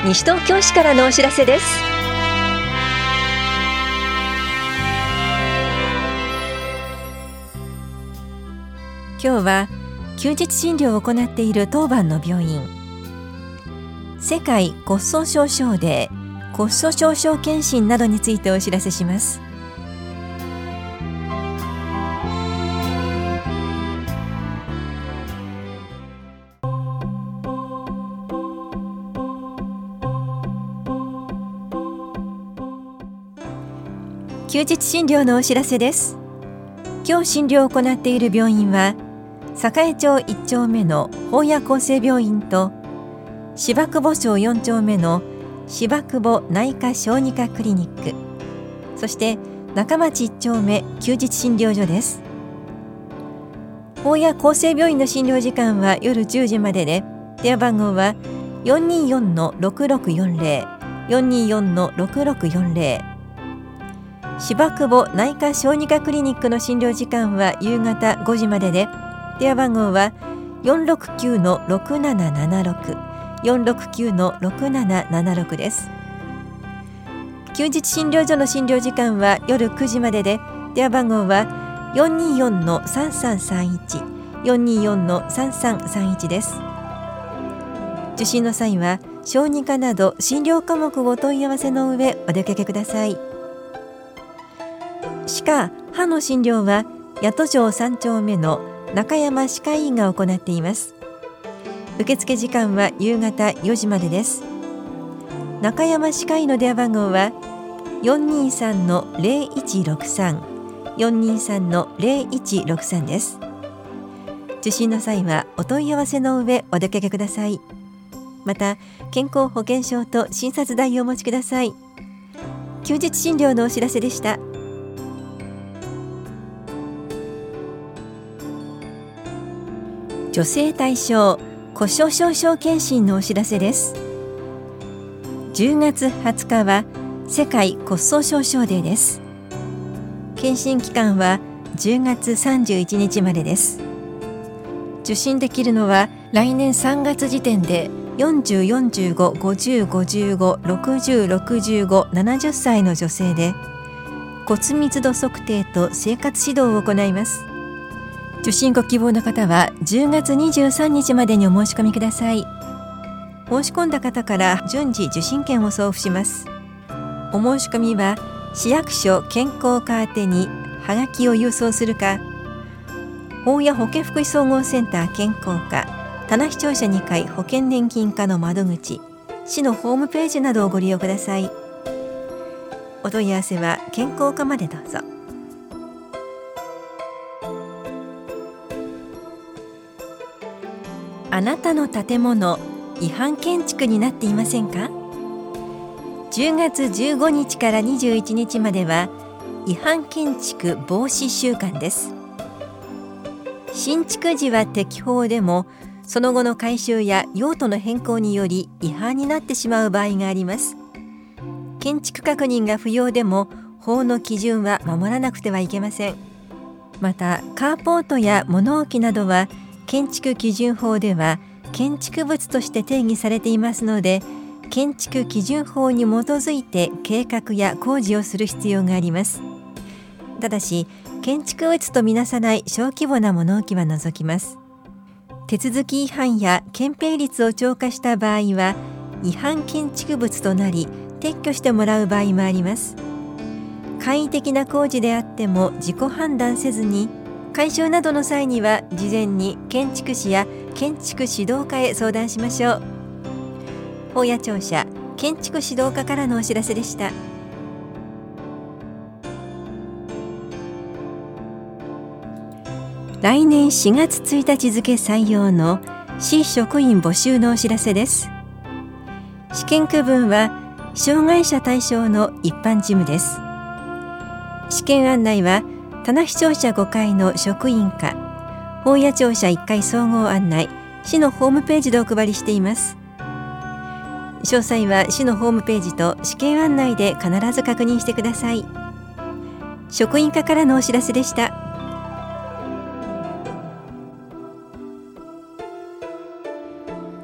西東京市からのお知らせです。今日は休日診療を行っている当番の病院、世界骨粗しょう症デー、骨粗しょう症検診などについてお知らせします。休日診療のお知らせです。今日診療を行っている病院は栄町1丁目の宝谷厚生病院と芝久保町4丁目の芝久保内科小児科クリニック、そして中町1丁目休日診療所です。宝谷厚生病院の診療時間は夜10時までで、電話番号は 424-6640 424-6640。芝久保内科小児科クリニックの診療時間は夕方5時までで、電話番号は 469-6776 469-6776 です。休日診療所の診療時間は夜9時までで、電話番号は 424-3331 424-3331 です。受診の際は小児科など診療科目をお問い合わせの上お出かけください。歯科・歯の診療は八戸町3丁目の中山歯科医院が行っています。受付時間は夕方4時までです。中山歯科医の電話番号は 423-0163 423-0163 です。受診の際はお問い合わせの上お出かけください。また健康保険証と診察代をお持ちください。休日診療のお知らせでした。女性対象骨粗しょう症検診のお知らせです。10月20日は世界骨粗しょう症デーです。検診期間は10月31日までです。受診できるのは来年3月時点で40、45、50、55、60、65、70歳の女性で、骨密度測定と生活指導を行います。受診ご希望の方は10月23日までにお申し込みください。申し込んだ方から順次受診券を送付します。お申し込みは市役所健康課宛てにはがきを郵送するか、宝谷保健福祉総合センター健康課棚視聴者2階保険年金課の窓口、市のホームページなどをご利用ください。お問い合わせは健康課までどうぞ。あなたの建物違反建築になっていませんか？10月15日から21日までは違反建築防止週間です。新築時は適法でも、その後の改修や用途の変更により違反になってしまう場合があります。建築確認が不要でも法の基準は守らなくてはいけません。またカーポートや物置などは建築基準法では建築物として定義されていますので、建築基準法に基づいて計画や工事をする必要があります。ただし建築物とみなさない小規模な物置は除きます。手続き違反や建蔽率を超過した場合は違反建築物となり撤去してもらう場合もあります。簡易的な工事であっても自己判断せずに、改修などの際には事前に建築士や建築指導課へ相談しましょう。宝谷庁舎建築指導課からのお知らせでした。来年4月1日付採用の市職員募集のお知らせです。試験区分は障害者対象の一般事務です。試験案内は棚視聴者5階の職員課、宝谷庁舎1階総合案内、市のホームページでお配りしています。詳細は市のホームページと試験案内で必ず確認してください。職員課からのお知らせでした。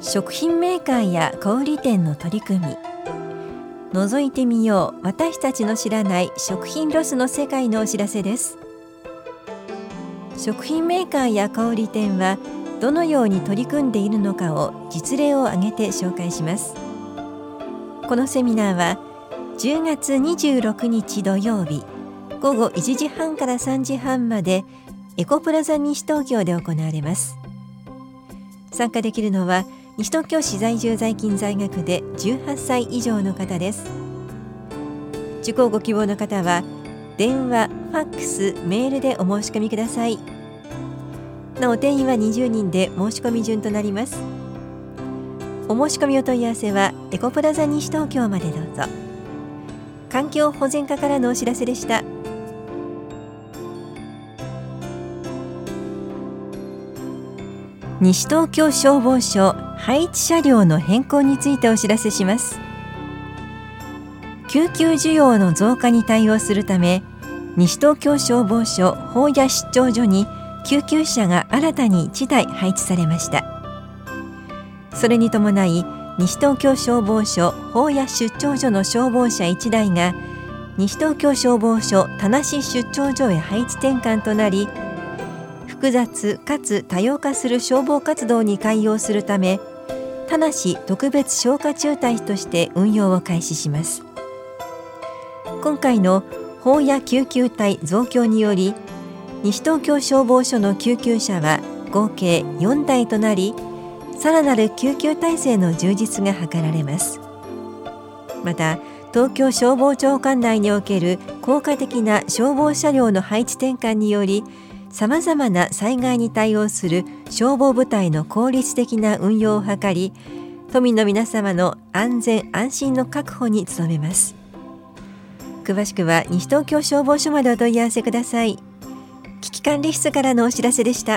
食品メーカーや小売店の取り組み、覗いてみよう、私たちの知らない食品ロスの世界のお知らせです。食品メーカーや小売店はどのように取り組んでいるのかを実例を挙げて紹介します。このセミナーは10月26日土曜日午後1時半から3時半までエコプラザ西東京で行われます。参加できるのは西東京市在住在勤在学で18歳以上の方です。受講ご希望の方は電話、ファックス、メールでお申し込みください。なお定員は20人で申し込み順となります。お申し込みお問い合わせはエコプラザ西東京までどうぞ。環境保全課からのお知らせでした。西東京消防署配置車両の変更についてお知らせします。救急需要の増加に対応するため、西東京消防署保谷出張所に救急車が新たに1台配置されました。それに伴い、西東京消防署保谷出張所の消防車1台が西東京消防署田無出張所へ配置転換となり、複雑かつ多様化する消防活動に対応するため、田無特別消火中隊として運用を開始します。今回の保谷救急隊増強により、西東京消防署の救急車は合計4台となり、さらなる救急体制の充実が図られます。また、東京消防庁管内における効果的な消防車両の配置転換により、さまざまな災害に対応する消防部隊の効率的な運用を図り、都民の皆様の安全安心の確保に努めます。詳しくは西東京消防署までお問い合わせください。危機管理室からのお知らせでした。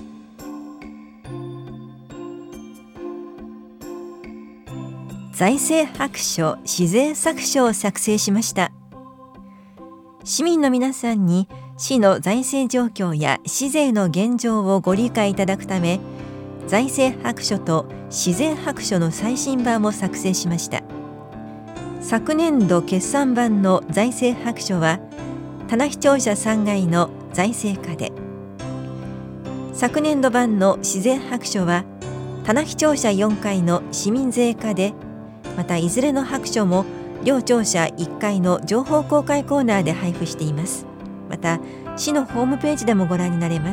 財政白書市税作書を作成しました。市民の皆さんに市の財政状況や市税の現状をご理解いただくため、財政白書と市税白書の最新版も作成しました。昨年度決算版の財政白書は棚視聴者3階の財政課で、昨年度版の市税白書は棚視聴者4階の市民税課で、またいずれの白書も両庁舎1階の情報公開コーナーで配布しています。また市のホームページでもご覧になれます。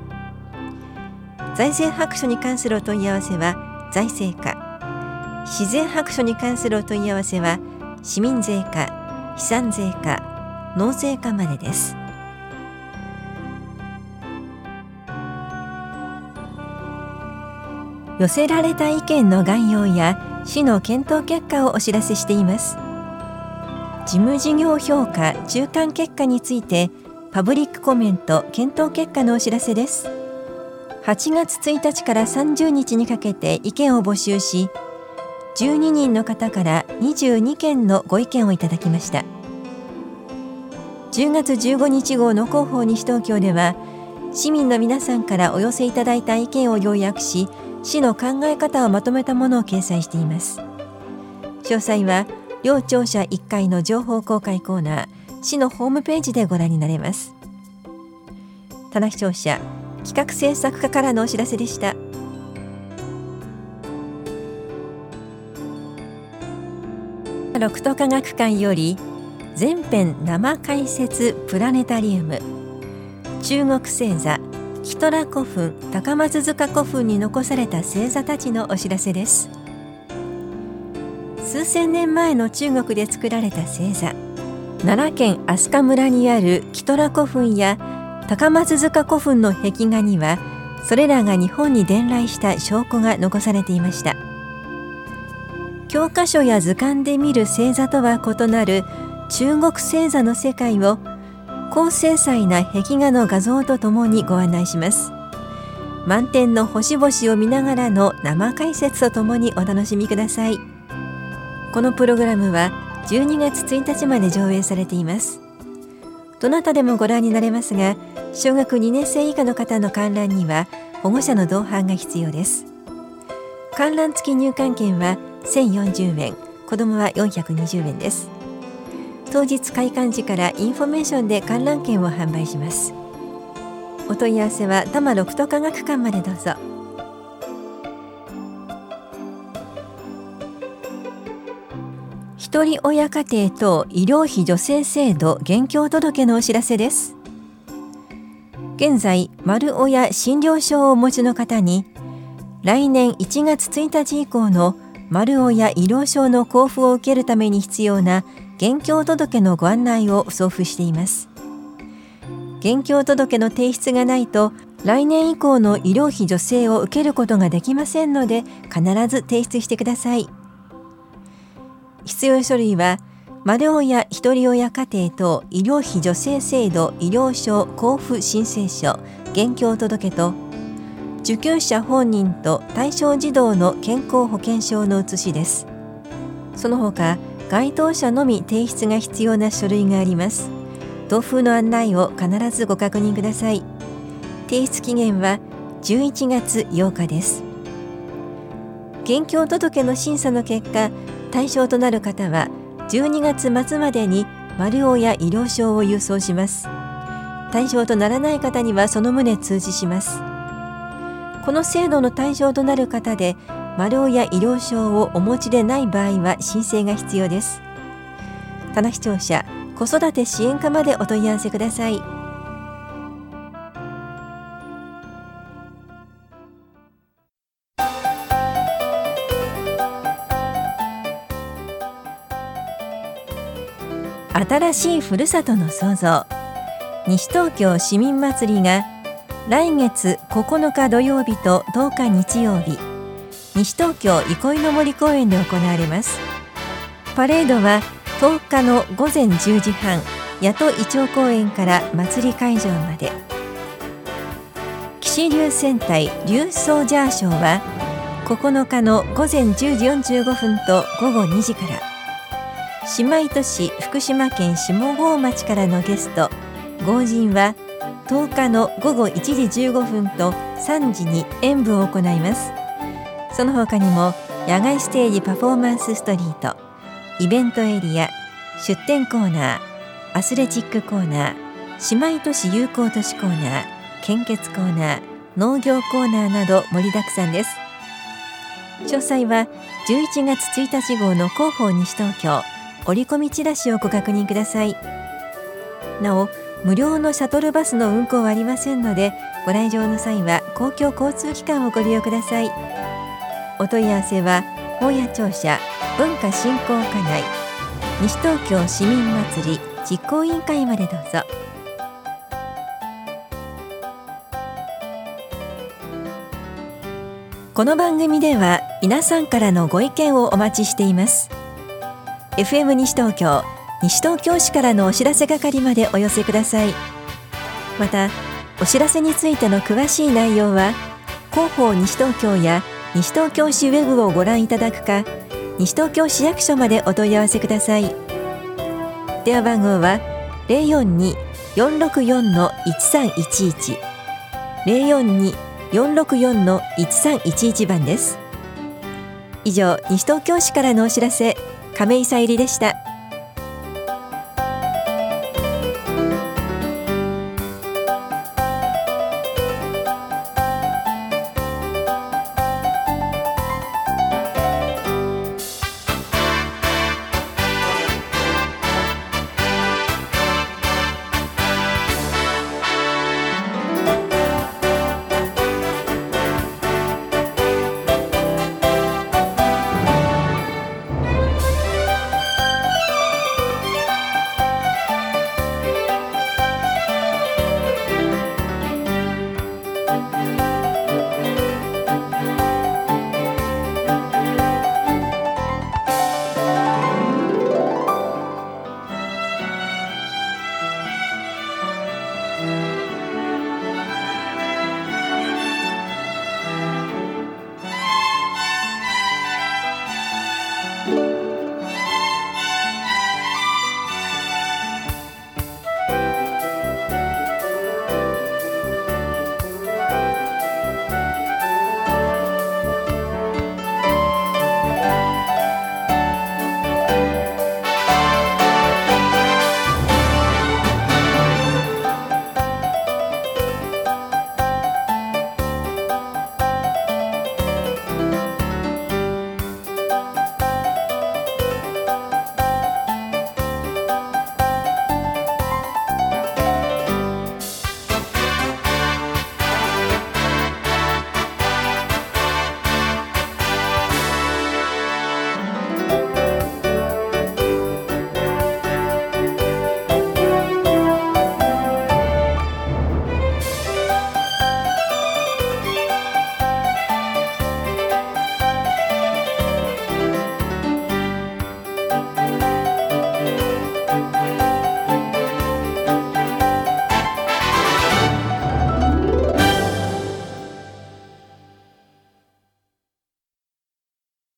財政白書に関するお問い合わせは財政課、市税白書に関するお問い合わせは市民税課、飛散税課、納税課までです。寄せられた意見の概要や市の検討結果をお知らせしています。事務事業評価中間結果についてパブリックコメント検討結果のお知らせです。8月1日から30日にかけて意見を募集し、12人の方から22件のご意見をいただきました。10月15日号の広報西東京では、市民の皆さんからお寄せいただいた意見を要約し、市の考え方をまとめたものを掲載しています。詳細は両庁舎1階の情報公開コーナー、市のホームページでご覧になれます。棚視聴者企画制作課からのお知らせでした。六都科学館より全編生解説プラネタリウム、中国星座キトラ古墳高松塚古墳に残された星座たちのお知らせです。数千年前の中国で作られた星座、奈良県飛鳥村にあるキトラ古墳や高松塚古墳の壁画には、それらが日本に伝来した証拠が残されていました。教科書や図鑑で見る星座とは異なる中国星座の世界を高精細な壁画の画像とともにご案内します。満天の星々を見ながらの生解説とともにお楽しみください。このプログラムは12月1日まで上映されています。どなたでもご覧になれますが、小学2年生以下の方の観覧には保護者の同伴が必要です。 観覧付き入館券は1040円、子どもは420円です。当日開館時からインフォメーションで観覧券を販売します。お問い合わせは多摩六都科学館までどうぞ。一人親家庭等医療費助成制度現況届のお知らせです。現在、丸親診療証をお持ちの方に、来年1月1日以降の丸親医療証の交付を受けるために必要な現況届のご案内を送付しています。現況届の提出がないと、来年以降の医療費助成を受けることができませんので、必ず提出してください。必要書類は、丸親ひとり親家庭等医療費助成制度医療証交付申請書現況届と、受給者本人と対象児童の健康保険証の写しです。その他、該当者のみ提出が必要な書類があります。同封の案内を必ずご確認ください。提出期限は11月8日です。現況届の審査の結果、対象となる方は12月末までに丸親医療証を郵送します。対象とならない方にはその旨通知します。この制度の対象となる方で丸親医療証をお持ちでない場合は申請が必要です。棚視聴者子育て支援課までお問い合わせください。新しいふるさとの創造、西東京市民祭りが来月9日土曜日と10日日曜日、西東京憩いの森公園で行われます。パレードは10日の午前10時半、谷戸イチョウ公園から祭り会場まで。騎士流戦隊流ソージャーショーは9日の午前10時45分と午後2時から、姉妹都市福島県下郷町からのゲスト郷人は10日の午後1時15分と3時に演舞を行います。その他にも野外ステージパフォーマンスストリート、イベントエリア、出店コーナー、アスレチックコーナー、姉妹都市友好都市コーナー、献血コーナー、農業コーナーなど盛りだくさんです。詳細は11月1日号の広報西東京折り込みチラシをご確認ください。なお、無料のシャトルバスの運行はありませんので、ご来場の際は公共交通機関をご利用ください。お問い合わせは本屋庁舎文化振興課内西東京市民祭り実行委員会までどうぞ。この番組では皆さんからのご意見をお待ちしています。FM 西東京、西東京市からのお知らせ係までお寄せください。また、お知らせについての詳しい内容は広報西東京や西東京市ウェブをご覧いただくか、西東京市役所までお問い合わせください。電話番号は 042-464-1311 042-464-1311 番です。以上、西東京市からのお知らせ、亀井さゆりでした。